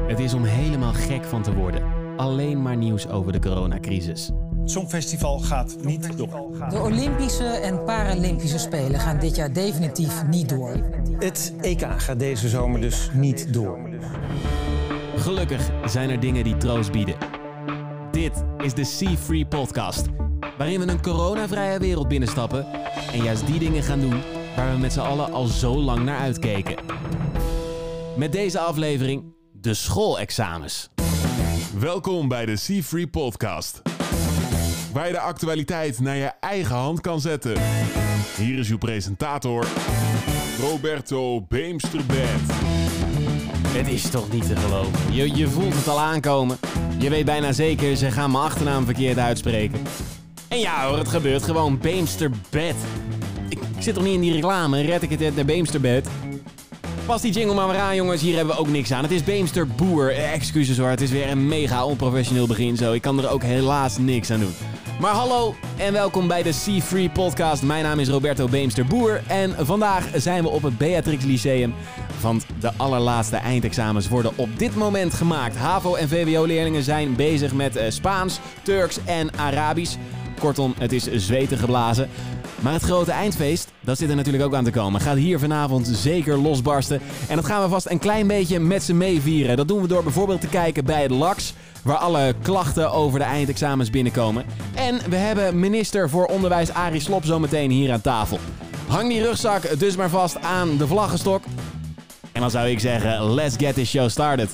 Het is om helemaal gek van te worden. Alleen maar nieuws over de coronacrisis. Het Songfestival gaat niet door. De Olympische en Paralympische Spelen gaan dit jaar definitief niet door. Het EK gaat deze zomer dus niet door. Gelukkig zijn er dingen die troost bieden. Dit is de Sea Free Podcast, waarin we een coronavrije wereld binnenstappen en juist die dingen gaan doen waar we met z'n allen al zo lang naar uitkeken. Met deze aflevering de schoolexamens. Welkom bij de Sea Free Podcast, waar je de actualiteit naar je eigen hand kan zetten. Hier is uw presentator, Roberto Beemsterbed. Het is toch niet te geloven. Je voelt het al aankomen. Je weet bijna zeker, ze gaan mijn achternaam verkeerd uitspreken. En ja hoor, het gebeurt gewoon. Beemsterbed. Ik zit toch niet in die reclame? Red ik het naar Beemsterbed? Pas die jingle maar aan, jongens. Hier hebben we ook niks aan. Het is Beemsterboer. Excuses hoor, het is weer een mega onprofessioneel begin zo. Ik kan er ook helaas niks aan doen. Maar hallo en welkom bij de Sea Free Podcast. Mijn naam is Roberto Beemsterboer en vandaag zijn we op het Beatrix Lyceum. Want de allerlaatste eindexamens worden op dit moment gemaakt. HAVO- en VWO-leerlingen zijn bezig met Spaans, Turks en Arabisch. Kortom, het is zweten geblazen. Maar het grote eindfeest, dat zit er natuurlijk ook aan te komen. Gaat hier vanavond zeker losbarsten. En dat gaan we vast een klein beetje met z'n mee vieren. Dat doen we door bijvoorbeeld te kijken bij het LAX, waar alle klachten over de eindexamens binnenkomen. En we hebben minister voor Onderwijs Arie Slob zometeen hier aan tafel. Hang die rugzak dus maar vast aan de vlaggenstok. En dan zou ik zeggen, let's get this show started.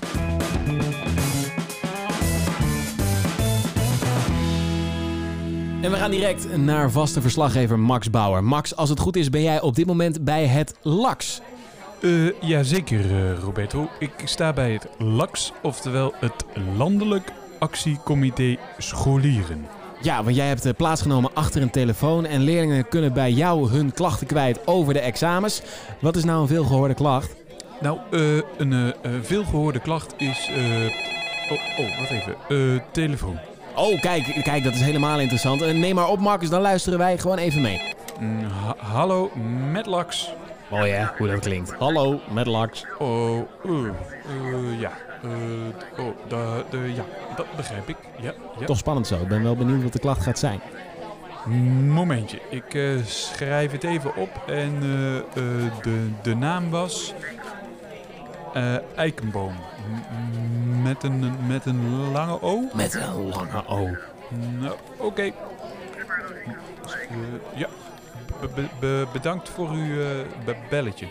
En we gaan direct naar vaste verslaggever Max Bauer. Max, als het goed is, ben jij op dit moment bij het LAX. Jazeker, Roberto. Ik sta bij het LAX, oftewel het Landelijk Actiecomité Scholieren. Ja, want jij hebt plaatsgenomen achter een telefoon en leerlingen kunnen bij jou hun klachten kwijt over de examens. Wat is nou een veelgehoorde klacht? Nou, een veelgehoorde klacht is... wacht even. Telefoon. Oh, kijk, dat is helemaal interessant. Neem maar op, Max, dan luisteren wij gewoon even mee. Hallo, met LAX. Oh ja, hoe dat klinkt. Hallo, met LAX. Ja. Ja, dat begrijp ik. Ja. Toch spannend zo. Ik ben wel benieuwd wat de klacht gaat zijn. Momentje, ik schrijf het even op. En de naam was... Eikenboom. Met een lange O? Met een lange O. Nou, oké. Ja. Bedankt voor uw belletje.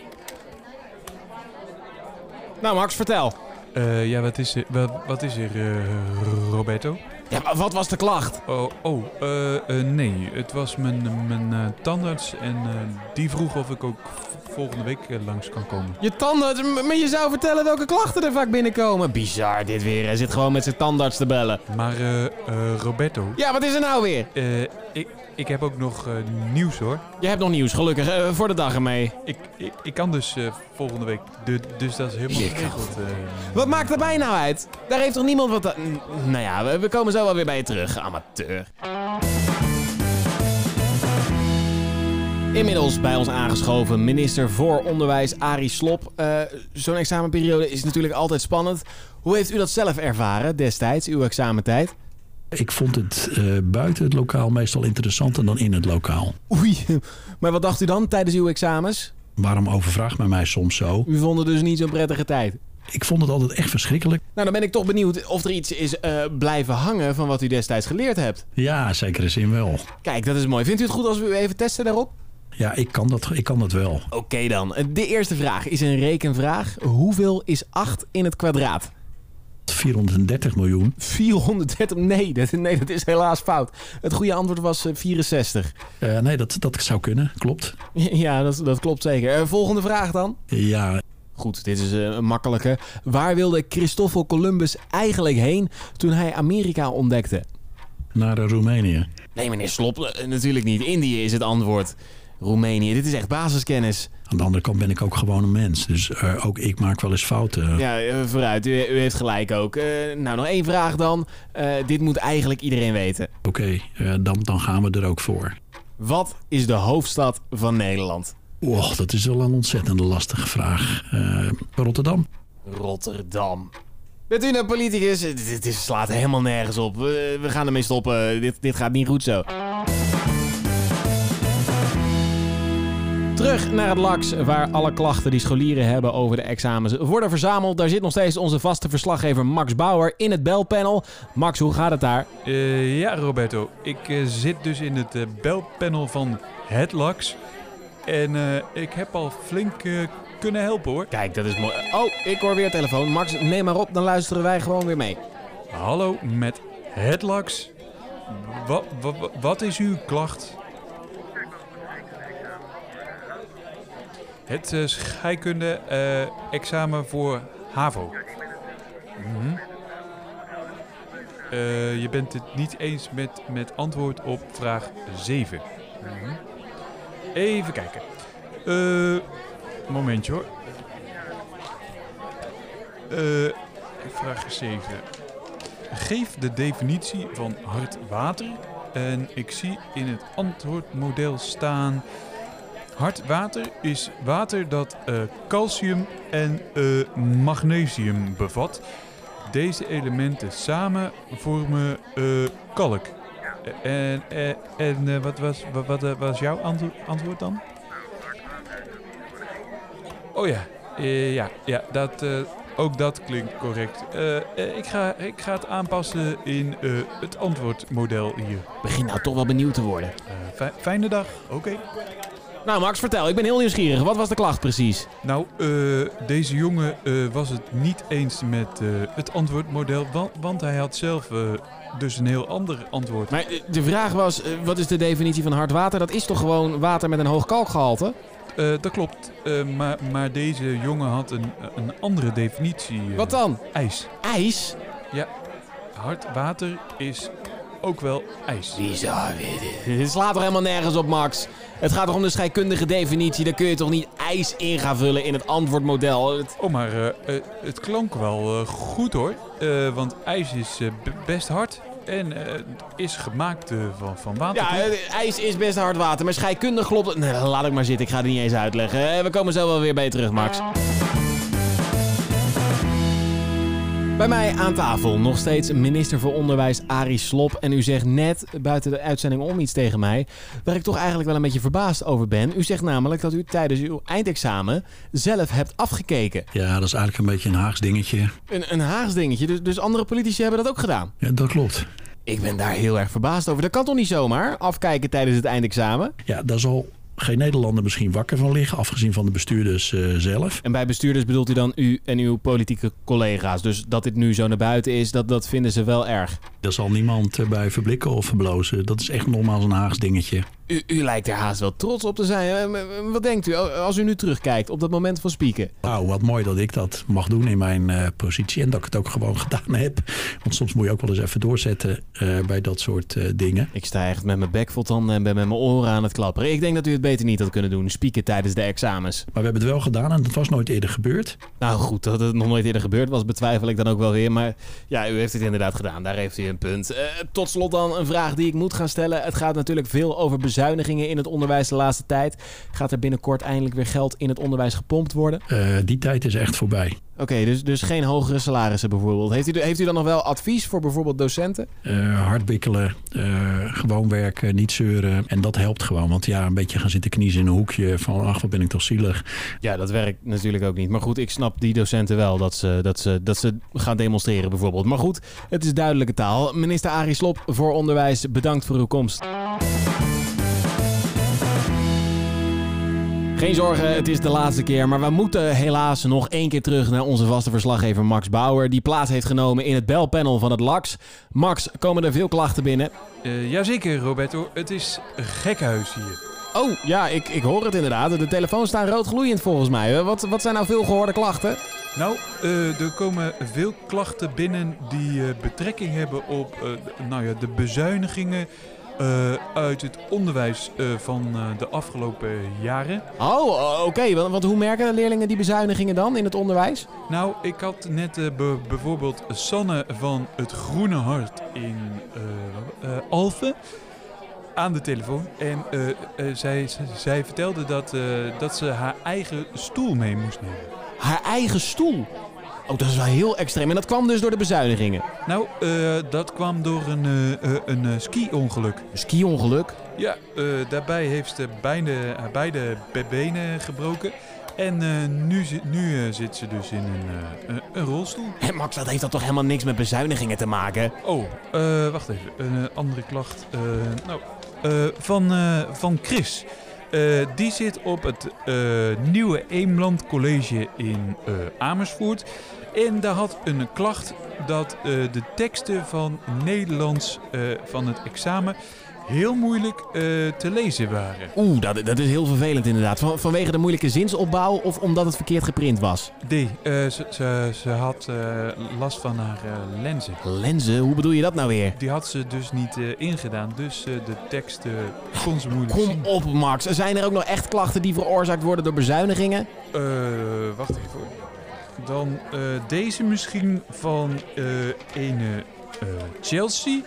Nou, Max, vertel. Ja, wat is er, Roberto? Ja, maar wat was de klacht? Nee. Het was mijn tandarts en die vroeg of ik ook volgende week langs kan komen. Je tandarts? Maar je zou vertellen welke klachten er vaak binnenkomen. Bizar dit weer. Hij zit gewoon met zijn tandarts te bellen. Maar Roberto... Ja, wat is er nou weer? Ik heb ook nog nieuws hoor. Je hebt nog nieuws, gelukkig. Voor de dag ermee. Ik kan dus volgende week. Dus dat is helemaal geregeld. Wat maakt erbij nou uit? Daar heeft toch niemand wat... Nou ja, we komen zo wel weer bij je terug, amateur. Inmiddels bij ons aangeschoven minister voor Onderwijs Arie Slob. Zo'n examenperiode is natuurlijk altijd spannend. Hoe heeft u dat zelf ervaren destijds, uw examentijd? Ik vond het buiten het lokaal meestal interessanter dan in het lokaal. Oei, maar wat dacht u dan tijdens uw examens? Waarom overvraagt men mij soms zo? U vond het dus niet zo'n prettige tijd? Ik vond het altijd echt verschrikkelijk. Nou, dan ben ik toch benieuwd of er iets is blijven hangen van wat u destijds geleerd hebt. Ja, zekere zin wel. Kijk, dat is mooi. Vindt u het goed als we u even testen daarop? Ja, ik kan dat wel. Oké dan. De eerste vraag is een rekenvraag. Hoeveel is 8 in het kwadraat? 430 miljoen. 430? Nee, dat is helaas fout. Het goede antwoord was 64. Nee, dat zou kunnen. Klopt. Ja, dat klopt zeker. Volgende vraag dan. Ja. Goed, dit is een makkelijke. Waar wilde Christoffel Columbus eigenlijk heen toen hij Amerika ontdekte? Naar Roemenië. Nee, meneer Slob, natuurlijk niet. Indië is het antwoord. Roemenië, dit is echt basiskennis. Aan de andere kant ben ik ook gewoon een mens. Dus ook ik maak wel eens fouten. Ja, vooruit. U heeft gelijk ook. Nou, nog één vraag dan. Dit moet eigenlijk iedereen weten. Oké, dan gaan we er ook voor. Wat is de hoofdstad van Nederland? Dat is wel een ontzettend lastige vraag. Rotterdam. Rotterdam. Bent u een politicus? Dit slaat helemaal nergens op. We gaan ermee stoppen. Dit gaat niet goed zo. Terug naar het LAX, waar alle klachten die scholieren hebben over de examens worden verzameld. Daar zit nog steeds onze vaste verslaggever Max Bauer in het belpanel. Max, hoe gaat het daar? Ja, Roberto. Ik zit dus in het belpanel van het LAX. En ik heb al flink kunnen helpen, hoor. Kijk, dat is mooi. Oh, ik hoor weer telefoon. Max, neem maar op, dan luisteren wij gewoon weer mee. Hallo, met het LAX. Wat is uw klacht? Het scheikunde-examen voor HAVO. Je bent het niet eens met antwoord op vraag 7. Even kijken. Momentje hoor. Vraag 7. Geef de definitie van hard water. En ik zie in het antwoordmodel staan... Hard water is water dat calcium en magnesium bevat. Deze elementen samen vormen kalk. Wat was jouw antwoord dan? Oh ja, ook dat klinkt correct. Ik ga het aanpassen in het antwoordmodel hier. Begin nou toch wel benieuwd te worden. Fijne dag, oké. Nou Max, vertel. Ik ben heel nieuwsgierig. Wat was de klacht precies? Nou, deze jongen was het niet eens met het antwoordmodel, want hij had zelf dus een heel ander antwoord. Maar de vraag was, wat is de definitie van hard water? Dat is toch gewoon water met een hoog kalkgehalte? Dat klopt, maar deze jongen had een andere definitie. Wat dan? IJs. IJs? Ja, hard water is ook wel ijs. Bizar. Dit slaat toch helemaal nergens op, Max? Het gaat toch om de scheikundige definitie? Daar kun je toch niet ijs in gaan vullen in het antwoordmodel? Oh, maar het klonk wel goed hoor. Want ijs is best hard en is gemaakt van water. Ja, ijs is best hard water, maar scheikundig klopt het. Nee, laat ik maar zitten, ik ga het niet eens uitleggen. We komen zo wel weer bij je terug, Max. Bij mij aan tafel nog steeds minister voor Onderwijs Arie Slob. En u zegt net, buiten de uitzending om iets tegen mij, waar ik toch eigenlijk wel een beetje verbaasd over ben. U zegt namelijk dat u tijdens uw eindexamen zelf hebt afgekeken. Ja, dat is eigenlijk een beetje een Haags dingetje. Een Haags dingetje? Dus andere politici hebben dat ook gedaan? Ja, dat klopt. Ik ben daar heel erg verbaasd over. Dat kan toch niet zomaar, afkijken tijdens het eindexamen? Ja, daar zal geen Nederlander misschien wakker van liggen, afgezien van de bestuurders zelf. En bij bestuurders bedoelt u dan u en uw politieke collega's. Dus dat dit nu zo naar buiten is, dat vinden ze wel erg. Daar zal niemand bij verblikken of verblozen. Dat is echt nogmaals een Haags dingetje. U lijkt er haast wel trots op te zijn. Wat denkt u als u nu terugkijkt op dat moment van spieken? Nou, wat mooi dat ik dat mag doen in mijn positie. En dat ik het ook gewoon gedaan heb. Want soms moet je ook wel eens even doorzetten bij dat soort dingen. Ik sta echt met mijn bek vol tanden en ben met mijn oren aan het klapperen. Ik denk dat u het beter niet had kunnen doen, spieken tijdens de examens. Maar we hebben het wel gedaan en dat was nooit eerder gebeurd. Nou goed, dat het nog nooit eerder gebeurd was, betwijfel ik dan ook wel weer. Maar ja, u heeft het inderdaad gedaan. Daar heeft u een punt. Tot slot dan een vraag die ik moet gaan stellen. Het gaat natuurlijk veel over bezuinigingen in het onderwijs de laatste tijd. Gaat er binnenkort eindelijk weer geld in het onderwijs gepompt worden? Die tijd is echt voorbij. Oké, dus geen hogere salarissen bijvoorbeeld. Heeft u dan nog wel advies voor bijvoorbeeld docenten? Hard wikkelen, gewoon werken, niet zeuren. En dat helpt gewoon. Want ja, een beetje gaan zitten kniezen in een hoekje van ach, wat ben ik toch zielig. Ja, dat werkt natuurlijk ook niet. Maar goed, ik snap die docenten wel dat ze gaan demonstreren bijvoorbeeld. Maar goed, het is duidelijke taal. Minister Arie Slob voor Onderwijs, bedankt voor uw komst. Geen zorgen, het is de laatste keer, maar we moeten helaas nog 1 keer terug naar onze vaste verslaggever Max Bauer, die plaats heeft genomen in het belpanel van het LAX. Max, komen er veel klachten binnen? Jazeker, Roberto. Het is gekhuis hier. Oh, ja, ik hoor het inderdaad. De telefoons staan roodgloeiend volgens mij. Wat zijn nou veel gehoorde klachten? Nou, er komen veel klachten binnen die betrekking hebben op de bezuinigingen uit het onderwijs van de afgelopen jaren. Oh, oké. Want hoe merken de leerlingen die bezuinigingen dan in het onderwijs? Nou, ik had net bijvoorbeeld Sanne van het Groene Hart in Alphen aan de telefoon. En zij vertelde dat ze haar eigen stoel mee moest nemen. Haar eigen stoel? Oh, dat is wel heel extreem. En dat kwam dus door de bezuinigingen. Nou, dat kwam door een ski-ongeluk. Een ski-ongeluk? Ja, daarbij heeft ze beide benen gebroken. En nu zit ze dus in een rolstoel. Hé Max, dat heeft dan toch helemaal niks met bezuinigingen te maken? Oh, wacht even. Een andere klacht. Van Chris. Die zit op het Nieuwe Eemland College in Amersfoort. En daar had een klacht dat de teksten van Nederlands van het examen heel moeilijk te lezen waren. Oeh, dat is heel vervelend inderdaad. Vanwege de moeilijke zinsopbouw of omdat het verkeerd geprint was? Nee, ze had last van haar lenzen. Lenzen? Hoe bedoel je dat nou weer? Die had ze dus niet ingedaan, dus de tekst kon ze moeilijk zien. Kom op Max, zijn er ook nog echt klachten die veroorzaakt worden door bezuinigingen? Wacht even. Dan deze misschien van ene Chelsea.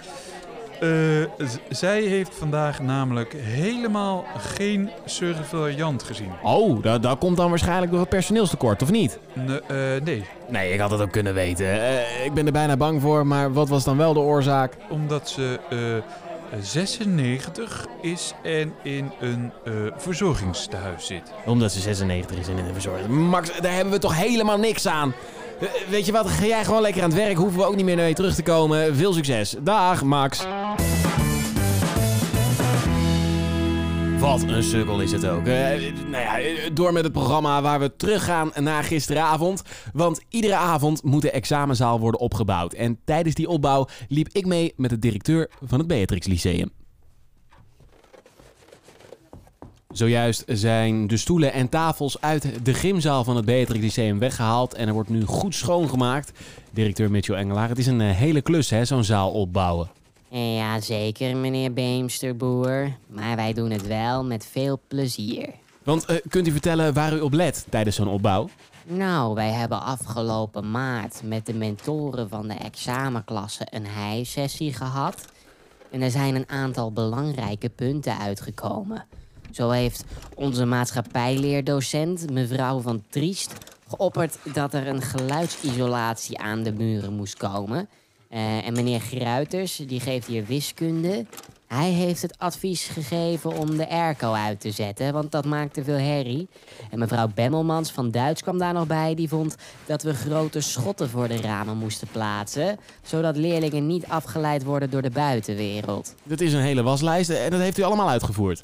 Zij heeft vandaag namelijk helemaal geen surveillant gezien. Oh, dat komt dan waarschijnlijk door het personeelstekort, of niet? Nee. Nee, ik had het ook kunnen weten. Ik ben er bijna bang voor, maar wat was dan wel de oorzaak? Omdat ze 96 is en in een verzorgingstehuis zit. Omdat ze 96 is en in de verzorging. Max, daar hebben we toch helemaal niks aan? Weet je wat, ga jij gewoon lekker aan het werk. Hoeven we ook niet meer naar je terug te komen. Veel succes. Dag, Max. Wat een sukkel is het ook. Door met het programma waar we teruggaan naar gisteravond. Want iedere avond moet de examenzaal worden opgebouwd. En tijdens die opbouw liep ik mee met de directeur van het Beatrix Lyceum. Zojuist zijn de stoelen en tafels uit de gymzaal van het Beatrix Lyceum weggehaald en er wordt nu goed schoongemaakt. Directeur Mitchell Engelaar, het is een hele klus hè, zo'n zaal opbouwen. Ja, zeker meneer Beemsterboer. Maar wij doen het wel met veel plezier. Want kunt u vertellen waar u op let tijdens zo'n opbouw? Nou, wij hebben afgelopen maart met de mentoren van de examenklasse een heisessie gehad. En er zijn een aantal belangrijke punten uitgekomen. Zo heeft onze maatschappijleerdocent, mevrouw van Triest, geopperd dat er een geluidsisolatie aan de muren moest komen. En meneer Gruiters, die geeft hier wiskunde. Hij heeft het advies gegeven om de airco uit te zetten, want dat maakt te veel herrie. En mevrouw Bemmelmans van Duits kwam daar nog bij. Die vond dat we grote schotten voor de ramen moesten plaatsen, zodat leerlingen niet afgeleid worden door de buitenwereld. Dat is een hele waslijst en dat heeft u allemaal uitgevoerd.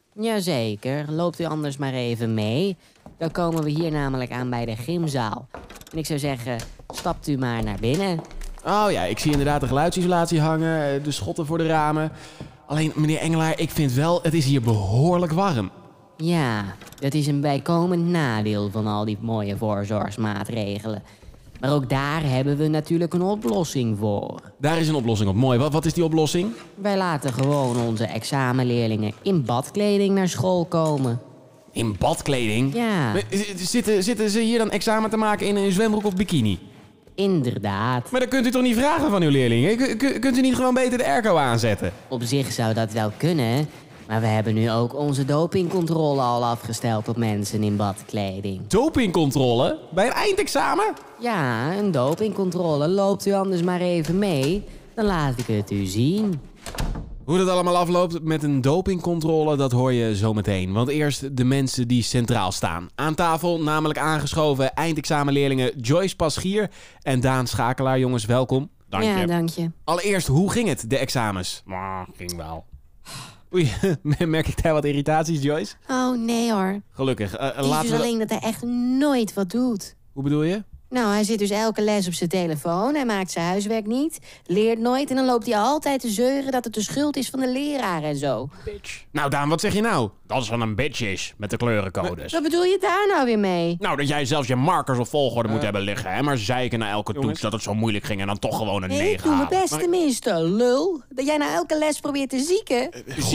Jazeker, loopt u anders maar even mee. Dan komen we hier namelijk aan bij de gymzaal. En ik zou zeggen, stapt u maar naar binnen. Oh ja, ik zie inderdaad de geluidsisolatie hangen, de schotten voor de ramen. Alleen, meneer Engelaar, ik vind wel, het is hier behoorlijk warm. Ja, dat is een bijkomend nadeel van al die mooie voorzorgsmaatregelen. Maar ook daar hebben we natuurlijk een oplossing voor. Daar is een oplossing op. Mooi. Wat is die oplossing? Wij laten gewoon onze examenleerlingen in badkleding naar school komen. In badkleding? Ja. Zitten ze hier dan examen te maken in een zwembroek of bikini? Inderdaad. Maar dat kunt u toch niet vragen van uw leerlingen? Kunt u niet gewoon beter de airco aanzetten? Op zich zou dat wel kunnen. Maar we hebben nu ook onze dopingcontrole al afgesteld op mensen in badkleding. Dopingcontrole? Bij een eindexamen? Ja, een dopingcontrole. Loopt u anders maar even mee. Dan laat ik het u zien. Hoe dat allemaal afloopt met een dopingcontrole, dat hoor je zo meteen. Want eerst de mensen die centraal staan. Aan tafel namelijk aangeschoven eindexamenleerlingen Joyce Paschier en Daan Schakelaar. Jongens, welkom. Dank je. Ja, dank je. Allereerst, hoe ging het, de examens? Ging wel. Oei, merk ik daar wat irritaties, Joyce? Oh, nee hoor. Gelukkig. Het is dus alleen dat hij echt nooit wat doet. Hoe bedoel je? Nou, hij zit dus elke les op zijn telefoon. Hij maakt zijn huiswerk niet, leert nooit. En dan loopt hij altijd te zeuren dat het de schuld is van de leraar en zo. Bitch. Nou, Daan, wat zeg je nou? Dat is van een bitch is, met de kleurencodes. Wat bedoel je daar nou weer mee? Nou, dat jij zelfs je markers op volgorde moet hebben liggen. Hè? Maar zeiken na elke toets dat het zo moeilijk ging en dan toch gewoon een 9 ik doe mijn best tenminste, lul. Dat jij nou elke les probeert te zieken.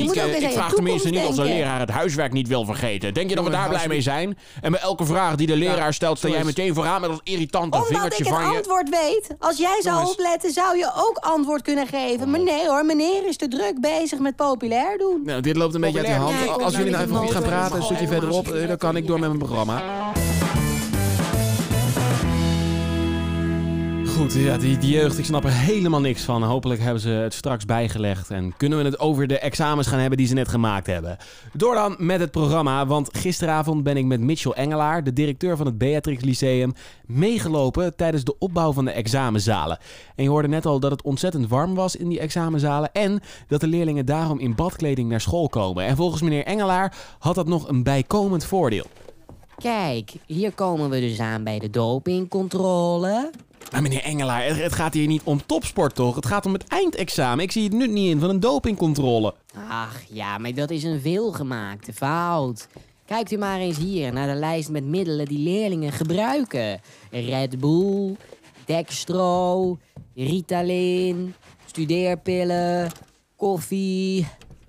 Ik vraag tenminste niet of de leraar het huiswerk niet wil vergeten. Denk je dat we daar blij mee zijn? En bij elke vraag die de leraar stelt, sta jij meteen vooraan met dat irritante vingertje van je. Omdat ik het antwoord weet. Als jij zou opletten, zou je ook antwoord kunnen geven. Maar nee hoor, meneer is te druk bezig met populair doen. Nou, dit loopt een beetje uit de hand. Ja, als jullie nou even goed gaan praten, een stukje verderop, dan kan ik door met mijn programma. goed, ja, die jeugd, ik snap er helemaal niks van. Hopelijk hebben ze het straks bijgelegd en kunnen we het over de examens gaan hebben die ze net gemaakt hebben. Door dan met het programma, want gisteravond ben ik met Mitchell Engelaar, de directeur van het Beatrix Lyceum, meegelopen tijdens de opbouw van de examenzalen. En je hoorde net al dat het ontzettend warm was in die examenzalen en dat de leerlingen daarom in badkleding naar school komen. En volgens meneer Engelaar had dat nog een bijkomend voordeel. Kijk, hier komen we dus aan bij de dopingcontrole. Maar meneer Engelaar, het gaat hier niet om topsport toch? Het gaat om het eindexamen. Ik zie het nut niet in van een dopingcontrole. Ach ja, maar dat is een veelgemaakte fout. Kijkt u maar eens hier naar de lijst met middelen die leerlingen gebruiken. Red Bull, Dextro, Ritalin, studeerpillen, koffie,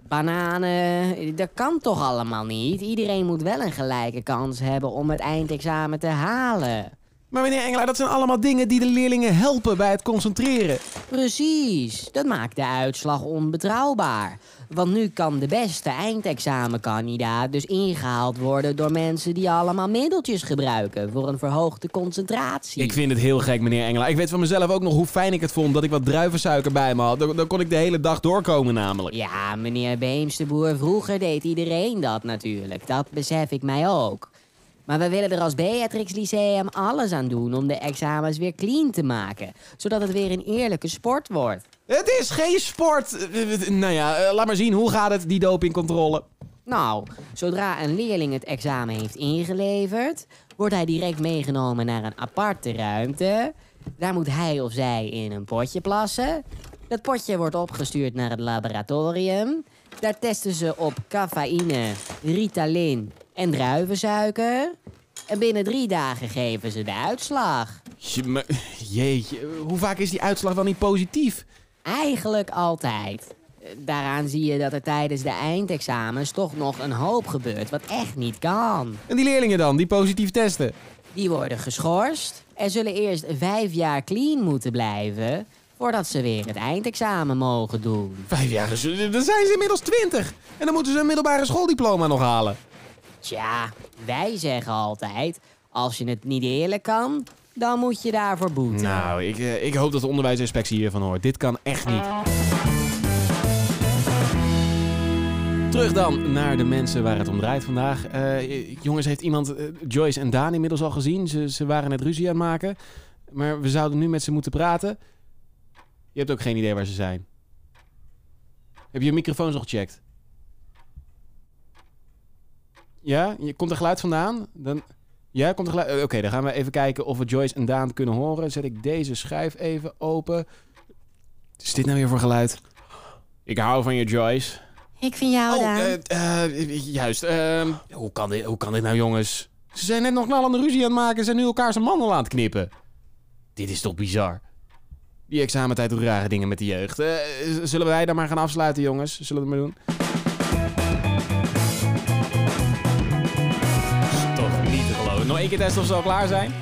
bananen. Dat kan toch allemaal niet? Iedereen moet wel een gelijke kans hebben om het eindexamen te halen. Maar meneer Engelaar, dat zijn allemaal dingen die de leerlingen helpen bij het concentreren. Precies, dat maakt de uitslag onbetrouwbaar. Want nu kan de beste eindexamenkandidaat dus ingehaald worden door mensen die allemaal middeltjes gebruiken voor een verhoogde concentratie. Ik vind het heel gek, meneer Engelaar. Ik weet van mezelf ook nog hoe fijn ik het vond dat ik wat druivensuiker bij me had. Dan kon ik de hele dag doorkomen namelijk. Ja, meneer Beemsterboer, vroeger deed iedereen dat natuurlijk. Dat besef ik mij ook. Maar we willen er als Beatrix Lyceum alles aan doen om de examens weer clean te maken. Zodat het weer een eerlijke sport wordt. Het is geen sport! Nou ja, laat maar zien. Hoe gaat het, die dopingcontrole? Nou, zodra een leerling het examen heeft ingeleverd, wordt hij direct meegenomen naar een aparte ruimte. Daar moet hij of zij in een potje plassen. Dat potje wordt opgestuurd naar het laboratorium. Daar testen ze op cafeïne, Ritalin en druivensuiker. En binnen 3 dagen geven ze de uitslag. Jeetje, hoe vaak is die uitslag dan niet positief? Eigenlijk altijd. Daaraan zie je dat er tijdens de eindexamens toch nog een hoop gebeurt wat echt niet kan. En die leerlingen dan, die positief testen? Die worden geschorst en zullen eerst 5 jaar clean moeten blijven voordat ze weer het eindexamen mogen doen. 5 jaar, dan zijn ze inmiddels 20. En dan moeten ze een middelbare schooldiploma nog halen. Tja, wij zeggen altijd, als je het niet eerlijk kan, dan moet je daarvoor boeten. Nou, ik hoop dat de onderwijsinspectie hiervan hoort. Dit kan echt niet. Terug dan naar de mensen waar het om draait vandaag. Jongens, heeft iemand Joyce en Daan inmiddels al gezien? Ze waren net ruzie aan het maken. Maar we zouden nu met ze moeten praten. Je hebt ook geen idee waar ze zijn. Heb je microfoons nog gecheckt? Ja? Komt er geluid vandaan? Ja, komt er geluid? Oké, dan gaan we even kijken of we Joyce en Daan kunnen horen. Zet ik deze schijf even open. Wat is dit nou weer voor geluid? Ik hou van je, Joyce. Ik vind jou, Daan. Juist. Hoe kan dit nou, jongens? Ze zijn net nog knallende ruzie aan het maken en zijn nu elkaar zijn mandel aan het knippen. Dit is toch bizar? Die examentijd doet rare dingen met de jeugd. Zullen wij daar maar gaan afsluiten, jongens? Zullen we het maar doen? Toch niet te geloven. Nog 1 keer testen of ze al klaar zijn?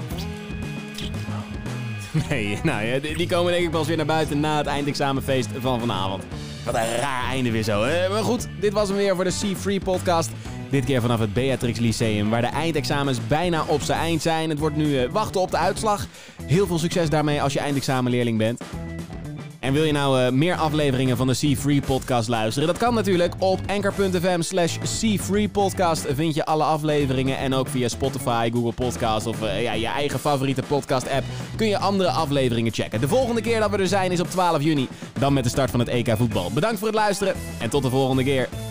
Nee, nou ja, die komen denk ik pas weer naar buiten na het eindexamenfeest van vanavond. Wat een raar einde weer zo. Maar goed, dit was hem weer voor de C-Free podcast. Dit keer vanaf het Beatrix Lyceum, waar de eindexamens bijna op zijn eind zijn. Het wordt nu wachten op de uitslag. Heel veel succes daarmee als je eindexamenleerling bent. En wil je nou meer afleveringen van de C-Free podcast luisteren? Dat kan natuurlijk. Op anchor.fm/C-Free-podcast vind je alle afleveringen. En ook via Spotify, Google Podcast of je eigen favoriete podcast app kun je andere afleveringen checken. De volgende keer dat we er zijn is op 12 juni. Dan met de start van het EK voetbal. Bedankt voor het luisteren en tot de volgende keer.